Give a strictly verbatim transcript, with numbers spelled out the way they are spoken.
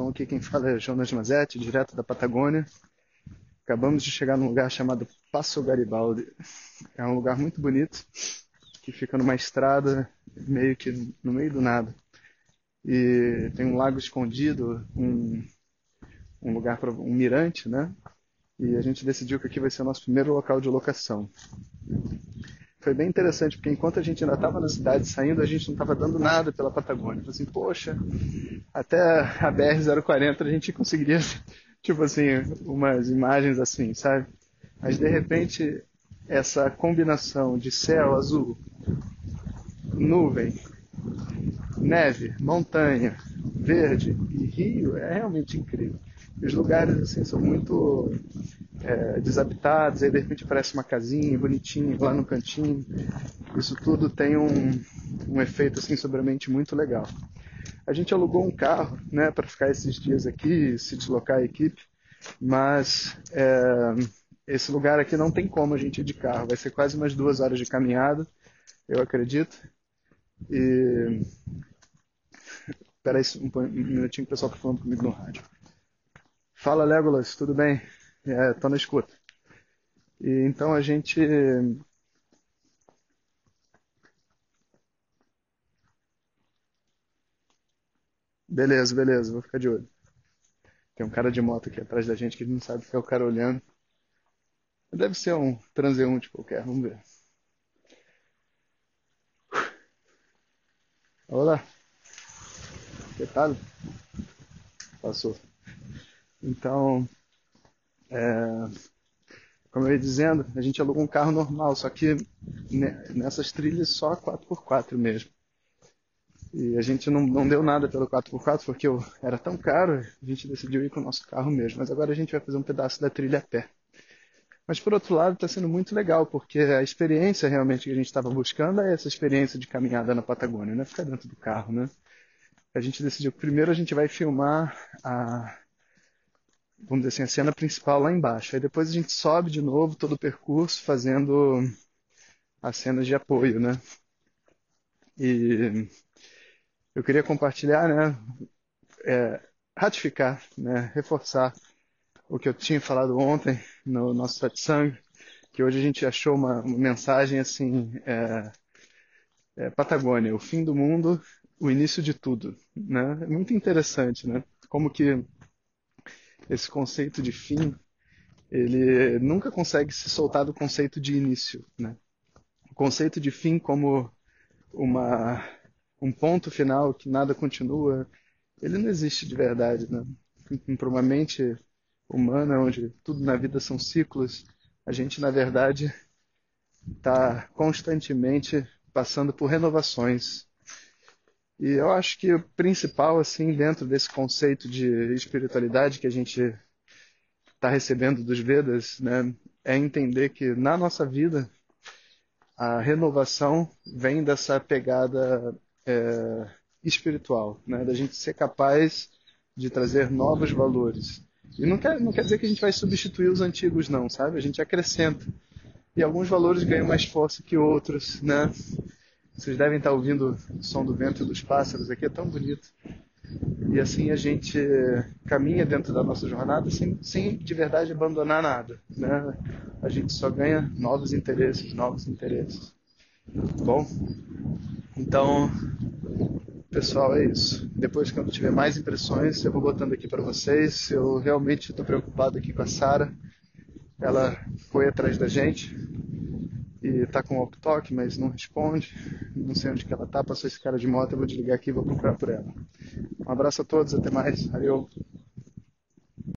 Então aqui quem fala é Jonas Mazetti, direto da Patagônia. Acabamos de chegar num lugar chamado Passo Garibaldi. É um lugar muito bonito, que fica numa estrada meio que no meio do nada. E tem um lago escondido, um, um lugar para um mirante, né? E a gente decidiu que aqui vai ser o nosso primeiro local de locação. Foi bem interessante, porque enquanto a gente ainda estava na cidade saindo, a gente não estava dando nada pela Patagônia. Falei assim, poxa, até a B R zero quarenta a gente conseguiria, tipo assim, umas imagens assim, sabe? Mas de repente, essa combinação de céu azul, nuvem, neve, montanha, verde e rio é realmente incrível. Os lugares assim são muito é, desabitados, aí de repente parece uma casinha bonitinha lá no cantinho. Isso tudo tem um, um efeito assim sobre a mente muito legal. A gente alugou um carro, né, para ficar esses dias aqui, se deslocar a equipe, mas é, esse lugar aqui não tem como a gente ir de carro. Vai ser quase umas duas horas de caminhada, eu acredito. E espera aí um, um minutinho que o pessoal está falando comigo no rádio. Fala, Legolas, tudo bem? É, tô na escuta. E então a gente... Beleza, beleza, vou ficar de olho. Tem um cara de moto aqui atrás da gente que a gente não sabe se é o cara olhando. Deve ser um transeunte qualquer, vamos ver. Olá, que tal? Passou. Então, como eu ia dizendo, a gente alugou um carro normal, só que nessas trilhas só quatro por quatro mesmo. E a gente não, não deu nada pelo quatro por quatro porque eu, era tão caro, a gente decidiu ir com o nosso carro mesmo. Mas agora a gente vai fazer um pedaço da trilha a pé. Mas por outro lado está sendo muito legal, porque a experiência realmente que a gente estava buscando é essa experiência de caminhada na Patagônia, não é ficar dentro do carro, né? A gente decidiu que primeiro a gente vai filmar a, vamos dizer assim, a cena principal lá embaixo. Aí depois a gente sobe de novo todo o percurso fazendo as cenas de apoio, né? E eu queria compartilhar, né? É, ratificar, né? Reforçar o que eu tinha falado ontem no nosso satsang, que hoje a gente achou uma, uma mensagem assim, é, é, Patagônia, o fim do mundo, o início de tudo, né? É muito interessante, né? Como que esse conceito de fim, ele nunca consegue se soltar do conceito de início, né? O conceito de fim como uma, um ponto final que nada continua, ele não existe de verdade, né? Para uma mente humana, onde tudo na vida são ciclos, a gente, na verdade, está constantemente passando por renovações. E eu acho que o principal, assim, dentro desse conceito de espiritualidade que a gente está recebendo dos Vedas, né, é entender que na nossa vida a renovação vem dessa pegada é, espiritual, né, da gente ser capaz de trazer novos valores. E não quer, não quer dizer que a gente vai substituir os antigos, não, sabe? A gente acrescenta. E alguns valores ganham mais força que outros, né? Vocês devem estar ouvindo o som do vento e dos pássaros aqui, é tão bonito. E assim a gente caminha dentro da nossa jornada sem, sem de verdade abandonar nada, né? A gente só ganha novos interesses, novos interesses. Bom, então, pessoal, é isso. Depois, quando tiver mais impressões, eu vou botando aqui para vocês. Eu realmente estou preocupado aqui com a Sara. Ela foi atrás da gente e está com o walkie-talkie, mas não responde. Não sei onde que ela está. Passou esse cara de moto, eu vou desligar aqui e vou procurar por ela. Um abraço a todos, até mais. Valeu.